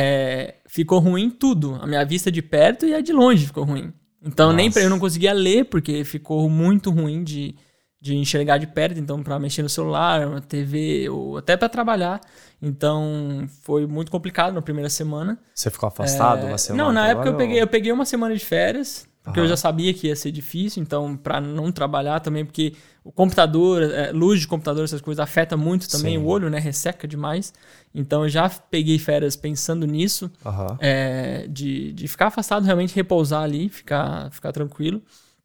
é, ficou ruim tudo. A minha vista de perto e a de longe ficou ruim. Então, nem pra, eu não conseguia ler, porque ficou muito ruim de, de enxergar de perto. Então, pra mexer no celular, na T V, ou até pra trabalhar. Então, foi muito complicado na primeira semana. Você ficou afastado É, uma semana? Não, na época eu trabalhou? peguei, eu peguei uma semana de férias, porque Aham. eu já sabia que ia ser difícil, então pra não trabalhar também, porque o computador, é, luz de computador, essas coisas afeta muito também Sim. o olho, né? Resseca demais. Então eu já peguei férias pensando nisso, Aham. é, de, de ficar afastado, realmente repousar ali, ficar, ficar tranquilo.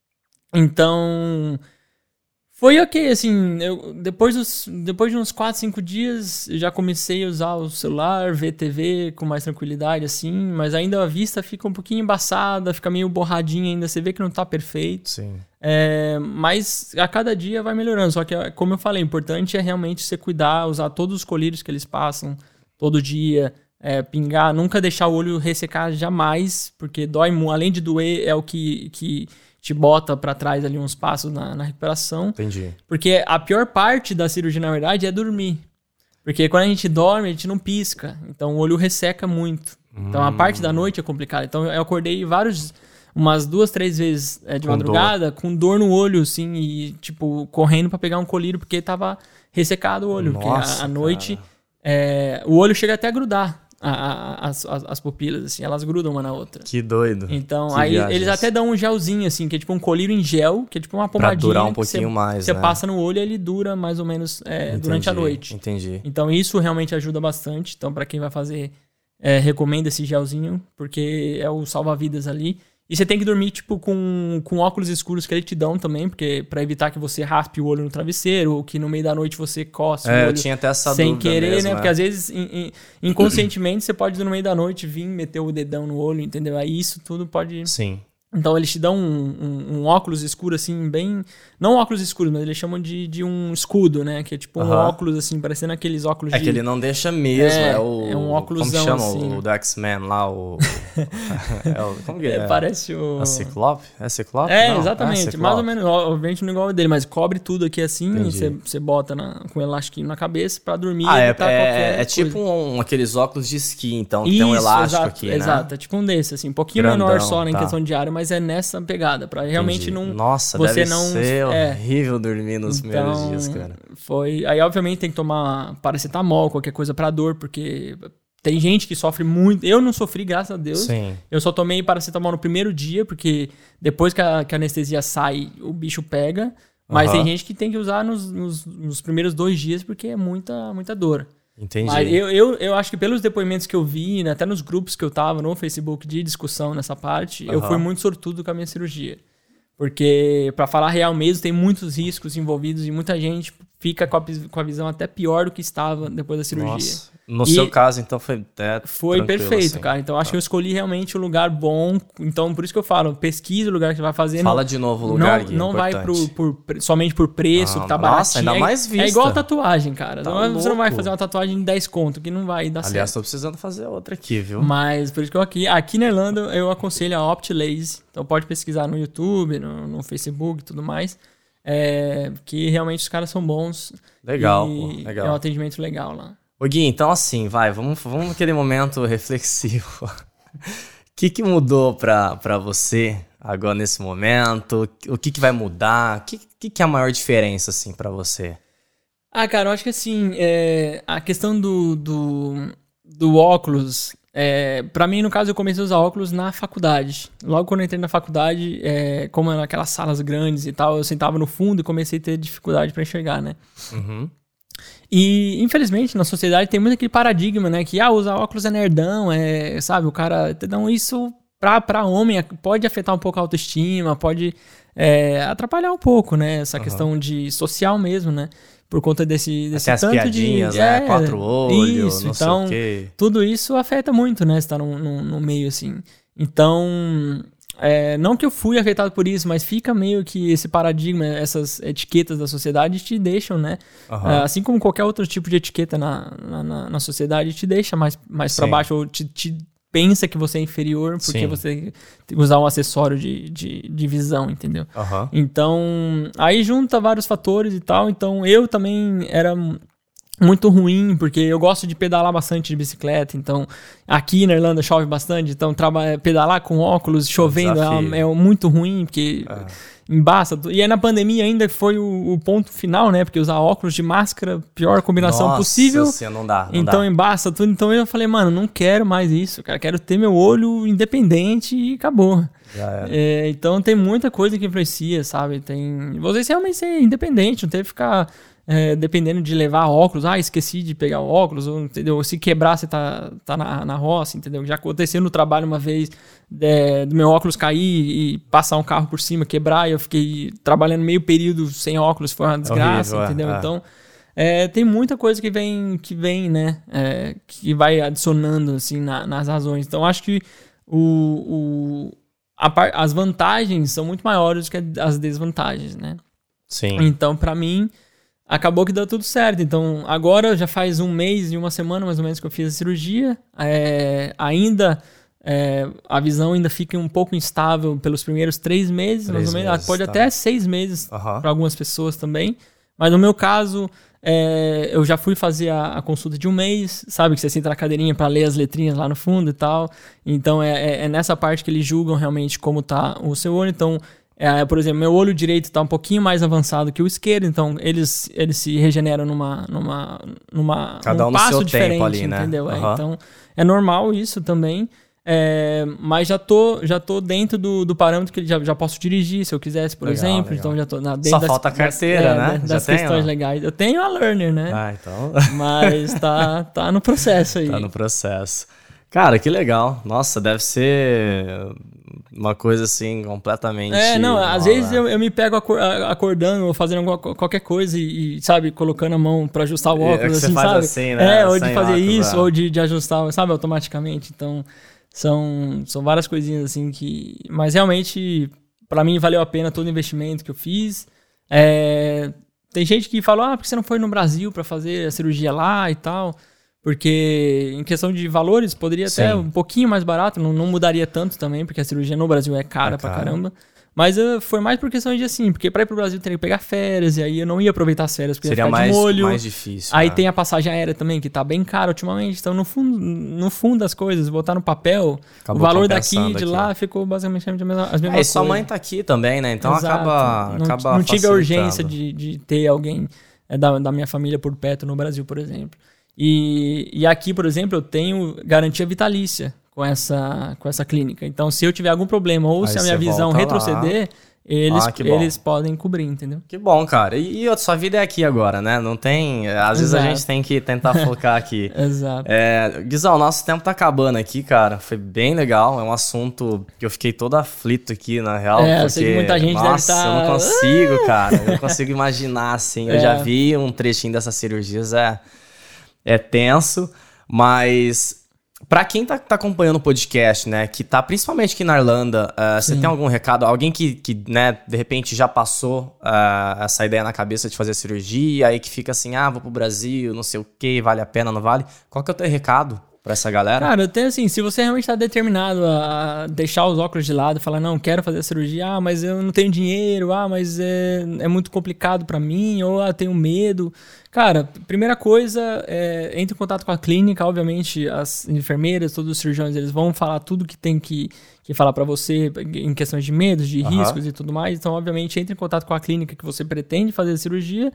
Então foi ok, assim, eu, depois, dos, depois de uns quatro, cinco dias, eu já comecei a usar o celular, ver T V com mais tranquilidade, assim, mas ainda a vista fica um pouquinho embaçada, fica meio borradinha ainda, você vê que não tá perfeito. Sim. É, mas a cada dia vai melhorando, só que, como eu falei, o importante é realmente você cuidar, usar todos os colírios que eles passam todo dia, é, pingar, nunca deixar o olho ressecar jamais, porque dói muito, além de doer, é o que... que te bota pra trás ali uns passos na, na recuperação. Entendi. Porque a pior parte da cirurgia, na verdade, é dormir. Porque quando a gente dorme, a gente não pisca. Então o olho resseca muito. Então a parte da noite é complicada. Então eu acordei vários, umas duas, três vezes é, de Com madrugada, com dor no olho, assim, e tipo, correndo pra pegar um colírio, porque tava ressecado o olho. Nossa, porque a, a noite, cara. é, o olho chega até a grudar. A, a, as, as, as pupilas, assim, elas grudam uma na outra. Que doido. Então, Que aí viagem eles essa. até dão um gelzinho, assim, que é tipo um colírio em gel, que é tipo uma pomadinha. durar um que você- pouquinho mais, Você né? passa no olho e ele dura mais ou menos é, Entendi, durante a noite. Entendi. Então, isso realmente ajuda bastante. Então, pra quem vai fazer, é, recomendo esse gelzinho, porque é o salva-vidas ali. E você tem que dormir, tipo, com, com óculos escuros que eles te dão também, porque pra evitar que você raspe o olho no travesseiro, ou que no meio da noite você coce É, o eu olho tinha até essa sem dúvida querer, mesmo, né? é. Porque às vezes, in- in- inconscientemente, você pode no meio da noite vir meter o dedão no olho, entendeu? Aí isso tudo pode Sim. Então eles te dão um, um, um óculos escuro, assim, bem... Não óculos escuros, mas eles chamam de, de um escudo, né? Que é tipo um Uhum. óculos, assim, parecendo aqueles óculos É de... que ele não deixa mesmo, é, É, o... é um óculosão, como chama assim. o do X-Men lá, o... é o como que é? É, parece o... A Ciclope? É Ciclope? É, Não, exatamente. é Ciclope. Mais ou menos, obviamente não igual ao dele, mas cobre tudo aqui assim, Entendi. você, você bota na, com um elastiquinho na cabeça pra dormir Ah, e é, evitar qualquer é, é coisa. tipo um, aqueles óculos de esqui, então, que tem um Isso, elástico exato, aqui, né? exato, é tipo um desse, assim, um pouquinho Grandão, menor só, né, em tá. questão de área, mas é nessa pegada, pra realmente Entendi. não... Nossa, você deve não, ser é, horrível dormir nos primeiros dias, cara. Foi, aí obviamente tem que tomar paracetamol, qualquer coisa pra dor, porque tem gente que sofre muito, eu não sofri, graças a Deus. Sim. Eu só tomei paracetamol no primeiro dia, porque depois que a, que a anestesia sai, o bicho pega. Mas Aham. tem gente que tem que usar nos, nos, nos primeiros dois dias, porque é muita, muita dor. Entendi. Mas eu, eu, eu acho que pelos depoimentos que eu vi, né, até nos grupos que eu tava no Facebook de discussão nessa parte, eu Aham. fui muito sortudo com a minha cirurgia. Porque, pra falar real mesmo, tem muitos riscos envolvidos e muita gente fica com a, com a visão até pior do que estava depois da cirurgia. Nossa. No E seu caso, então, foi até Foi tranquilo, perfeito, assim. cara. Então, acho que eu escolhi realmente o lugar bom. Então, por isso que eu falo, pesquisa o lugar que você vai fazer. Fala não, de novo o lugar, Não, Gui, não vai importante. por, por- somente por preço, Ah, que tá nossa, baratinho. ainda É- mais É vista. igual tatuagem, cara. Tá Não é- você não vai louco. fazer uma tatuagem de dez conto, que não vai dar Aliás, certo. tô precisando fazer outra aqui, viu? Mas, por isso que eu aqui... Aqui na Irlanda, eu aconselho a Optilaze. Então, pode pesquisar no YouTube, no, no Facebook e tudo mais. É, que realmente os caras são bons. Legal, e pô, legal. É um atendimento legal lá. Ô Gui, então assim, vai, vamos, vamos naquele momento reflexivo. O que que mudou pra, pra você agora nesse momento? O que que vai mudar? O que, que que é a maior diferença, assim, pra você? Ah, cara, eu acho que assim, é, a questão do, do, do óculos, é, pra mim, no caso, eu comecei a usar óculos na faculdade. Logo quando eu entrei na faculdade, é, como eram aquelas salas grandes e tal, eu sentava no fundo e comecei a ter dificuldade pra enxergar, né? Uhum. E, infelizmente, na sociedade tem muito aquele paradigma, né? Que, ah, usar óculos é nerdão, é, sabe? O cara... Então, isso, pra, pra homem, pode afetar um pouco a autoestima, pode é, atrapalhar um pouco, né? Essa Uhum. questão de social mesmo, né? Por conta desse, desse Tem as tanto piadinhas, de... né? é, Quatro olhos, isso, não então, sei o quê. tudo isso afeta muito, né? Você tá no, no, no meio, assim. Então... É, não que eu fui afetado por isso, mas fica meio que esse paradigma, essas etiquetas da sociedade te deixam, né? Aham. É, assim como qualquer outro tipo de etiqueta na, na, na- na sociedade, te deixa mais, mais pra Sim. baixo, ou te, te pensa que você é inferior porque Sim. você tem que usar um acessório de, de, de visão, entendeu? Aham. Então, aí junta vários fatores e tal. Então, eu também era muito ruim, porque eu gosto de pedalar bastante de bicicleta. Então, aqui na Irlanda chove bastante. Então, traba- pedalar com óculos, chovendo, desafio. é, é muito ruim, porque embaça. E aí, na pandemia, ainda foi o, o ponto final, né? Porque usar óculos de máscara, pior combinação Nossa possível. senhora, não dá, não Então dá. embaça tudo. Então eu falei, mano, não quero mais isso, cara. Quero ter meu olho independente e acabou. Já era. É, então tem muita coisa que influencia, sabe? Tem. Você realmente ser independente, não ter que ficar é, dependendo de levar óculos. Ah, esqueci de pegar o óculos, ou, entendeu? Se quebrar, você tá, tá na, na roça, entendeu? Já aconteceu no trabalho uma vez é, do meu óculos cair e passar um carro por cima, quebrar, e eu fiquei trabalhando meio período sem óculos, foi uma desgraça, horrível, é, entendeu? é. Então. É, tem muita coisa que vem, que vem, né? É, que vai adicionando, assim, na- nas razões. Então, acho que o, o, a par- as vantagens são muito maiores do que as desvantagens, né? Sim. Então, pra mim, acabou que deu tudo certo. Então, agora já faz um mês e uma semana, mais ou menos, que eu fiz a cirurgia. É, ainda... é, a visão ainda fica um pouco instável pelos primeiros três meses, Três mais ou menos. meses, Pode tá. até seis meses Aham. para algumas pessoas também. Mas no meu caso, é, eu já fui fazer a, a consulta de um mês, sabe? Que você senta na cadeirinha para ler as letrinhas lá no fundo e tal. Então é, é- é nessa parte que eles julgam realmente como tá o seu olho. Então, é, por exemplo, meu olho direito tá um pouquinho mais avançado que o esquerdo. Então, eles, eles se regeneram numa, numa, numa Cada um num no passo seu diferente, tempo ali, né? entendeu? É, Aham. então, é normal isso também. É, mas já tô, já tô dentro do, do parâmetro que já, já posso dirigir, se eu quisesse, por Legal, exemplo. legal. Então já tô na, dentro Só das, falta a das- carteira, é, né? das- Já Das tem, questões ó? legais. Eu tenho a Learner, né? Ah, então... Mas tá, tá no processo aí. Tá no processo. Cara, que legal. Nossa, deve ser uma coisa assim completamente... É, não, às nova. vezes eu, eu me pego acor- a- acordando ou fazendo alguma, co- qualquer coisa e, e, sabe, colocando a mão pra ajustar o É, óculos, que você assim, faz sabe? assim, né? É, ou de Sem fazer óculos, isso, é. ou de, de ajustar, sabe, automaticamente. Então, São, são várias coisinhas assim que... Mas realmente, pra mim, valeu a pena todo o investimento que eu fiz. É, tem gente que fala, ah, por que você não foi no Brasil pra fazer a cirurgia lá e tal? Porque em questão de valores, poderia Sim. até um pouquinho mais barato, não, não mudaria tanto também, porque a cirurgia no Brasil é cara É pra caro. caramba. Mas uh, foi mais por questão de assim, porque pra ir pro Brasil eu teria que pegar férias, e aí eu não ia aproveitar as férias, porque Seria ia ficar mais, de molho. mais difícil. Aí né? tem a passagem aérea também, que tá bem cara ultimamente. Então, no fundo, no fundo das coisas, botar no papel, Acabou o valor daqui compensando de aqui. lá ficou basicamente as mesmas, as mesmas É, e coisas. sua mãe tá aqui também, né? Então Exato. acaba, não, acaba não tive a urgência facilitando. de, de ter alguém é, da, da minha família por perto no Brasil, por exemplo. E, e aqui, por exemplo, eu tenho garantia vitalícia com essa, com essa clínica. Então, se eu tiver algum problema ou Aí se a minha você visão volta retroceder, eles, Ah, que bom. eles podem cobrir, entendeu? Que bom, cara. E, e sua vida é aqui agora, né? Não tem... Às vezes a Exato. gente tem que tentar focar aqui. Exato. É, Guizão, nosso tempo tá acabando aqui, cara. Foi bem legal. É um assunto que eu fiquei todo aflito aqui, na real. É, eu porque, sei que muita gente deve nossa, tá- eu não consigo, cara. Eu não consigo imaginar, assim. Eu É. já vi um trechinho dessas cirurgias, é, é tenso. Mas... Pra quem tá, tá acompanhando o podcast, né, que tá principalmente aqui na Irlanda, uh, você tem algum recado? Alguém que, que, né, de repente já passou uh, essa ideia na cabeça de fazer cirurgia, aí que fica assim, ah, vou pro Brasil, não sei o que, vale a pena, não vale? Qual que é o teu recado pra essa galera? Cara, eu tenho assim, se você realmente tá determinado a deixar os óculos de lado, falar, não, quero fazer a cirurgia, ah, mas eu não tenho dinheiro, ah, mas é, é muito complicado pra mim, ou ah, tenho medo. Cara, primeira coisa, é, entre em contato com a clínica, obviamente as enfermeiras, todos os cirurgiões, eles vão falar tudo que tem que, que falar pra você em questões de medos, de Aham. riscos e tudo mais. Então, obviamente, entre em contato com a clínica que você pretende fazer a cirurgia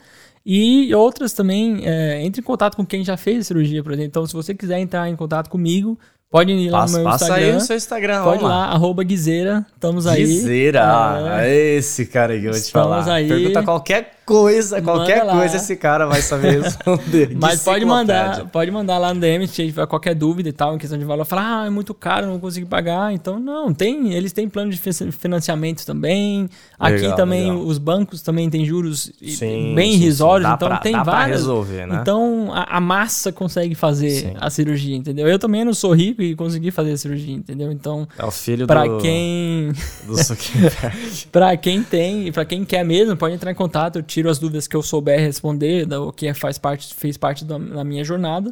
e outras também, é, entre em contato com quem já fez a cirurgia, por exemplo. Então, se você quiser entrar em contato comigo, pode ir lá Passa, no meu passa Instagram. aí no seu Instagram, Pode ir vamos lá, arroba Guizeira, estamos aí. Guizeira, É. é esse cara aí que eu vou te Estamos falar. aí. Pergunta qualquer coisa, qualquer Manda lá. coisa esse cara vai saber responder. Mas pode mandar, Enciclopédia. pode mandar lá no D M se tiver qualquer dúvida e tal, em questão de valor. Falar, ah, é muito caro, não consigo pagar. Então, não, tem, eles têm plano de fi- financiamento também. Aqui Legal, também, legal. os bancos também têm juros e- Sim, bem sim, sim. irrisórios. Dá Então, pra- tem dá pra várias. resolver, né? Então, a, a massa consegue fazer Sim. a cirurgia, entendeu? Eu também não sou rico e consegui fazer a cirurgia, entendeu? Então, É o filho pra do, quem... do Zuckerberg. Pra quem tem e pra quem quer mesmo, pode entrar em contato. Eu tiro as dúvidas que eu souber responder, da- o que faz parte, fez parte da, da minha jornada.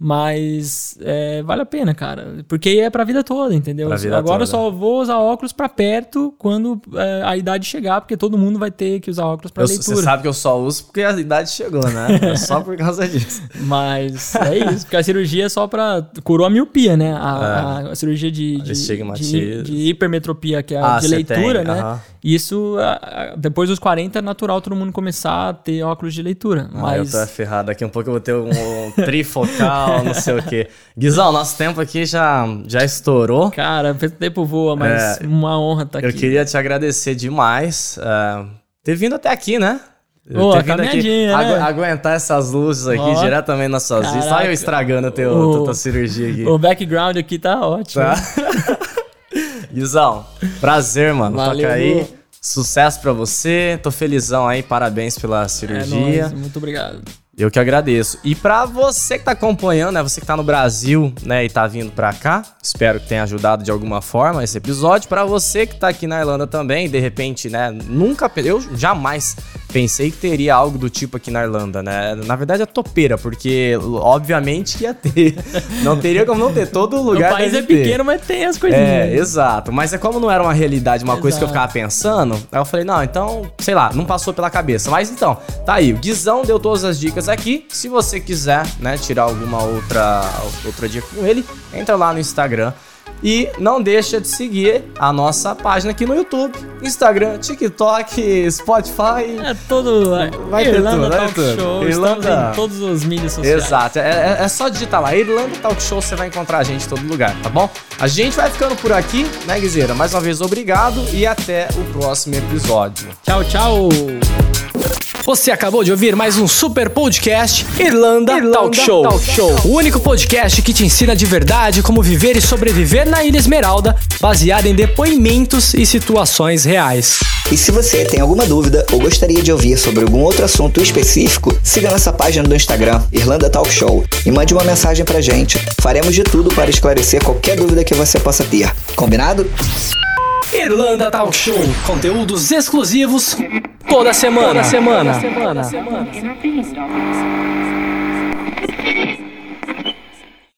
Mas é, vale a pena, cara. Porque é pra vida toda, entendeu? Pra vida Agora toda. eu só vou usar óculos pra perto quando é, a idade chegar, porque todo mundo vai ter que usar óculos pra Eu- leitura. Você sabe que eu só uso porque a idade chegou, né? É só por causa disso. Mas é isso, porque a cirurgia é só pra... Curou a miopia, né? A, a- a cirurgia de, de, Astigmatismo. de, de hipermetropia, que é Ah, a de você leitura, tem, né? aham. Isso, a- a- depois dos quarenta, é natural todo mundo começar a ter óculos de leitura. Ah, Mas eu tô ferrado. Daqui um pouco eu vou ter um, um trifocal, não sei o quê. Guizão, nosso tempo aqui já, já estourou. cara, o tempo voa, mas É, uma honra estar Eu aqui. queria te agradecer demais uh, ter vindo até aqui, né? Ô, ter a vindo caminhadinha, agu- né? aguentar essas luzes aqui Ó, diretamente nas suas vistas. Olha caraca. eu estragando a teu, O- tua cirurgia aqui. O background aqui tá ótimo. Tá? Guizão, prazer, mano. Valeu, Toca aí. Lu. Sucesso pra você. Tô felizão aí. Parabéns pela É cirurgia. nóis, muito obrigado. Eu que agradeço. E pra você que tá acompanhando, né, você que tá no Brasil, né, e tá vindo pra cá, espero que tenha ajudado de alguma forma esse episódio. Pra você que tá aqui na Irlanda também, de repente, né, nunca, pe- eu jamais pensei que teria algo do tipo aqui na Irlanda, né? Na verdade é topeira, porque obviamente que ia ter. Não teria como não ter. Todo lugar O país é deve ter. pequeno, mas tem as coisinhas. É, exato. Mas é como não era uma realidade, uma coisa que eu Exato. ficava pensando, aí eu falei, não, então, sei lá, não passou pela cabeça. Mas então, tá aí, o Guizão deu todas as dicas aqui. Se você quiser, né, tirar alguma outra, outra dica com ele, entra lá no Instagram. E não deixa de seguir a nossa página aqui no YouTube, Instagram, TikTok, Spotify. É todo. Vai ter Irlanda tudo, vai Talk ter tudo. Show. Irlanda- Estamos em todos os mídias sociais. Exato, é, é- é só digitar lá, Irlanda Talk Show, você vai encontrar a gente em todo lugar, tá bom? A gente vai ficando por aqui, né, Guizeira? Mais uma vez, obrigado e até o próximo episódio. Tchau, tchau. Você acabou de ouvir mais um super podcast Irlanda, Irlanda Talk Show. Talk Show. O único podcast que te ensina de verdade como viver e sobreviver na Ilha Esmeralda, baseado em depoimentos e situações reais. E se você tem alguma dúvida ou gostaria de ouvir sobre algum outro assunto específico, siga nossa página do Instagram, Irlanda Talk Show, e mande uma mensagem pra gente. Faremos de tudo para esclarecer qualquer dúvida que você possa ter. Combinado? Irlanda Talk Show. Conteúdos exclusivos toda semana. Toda semana. Toda semana. Toda semana.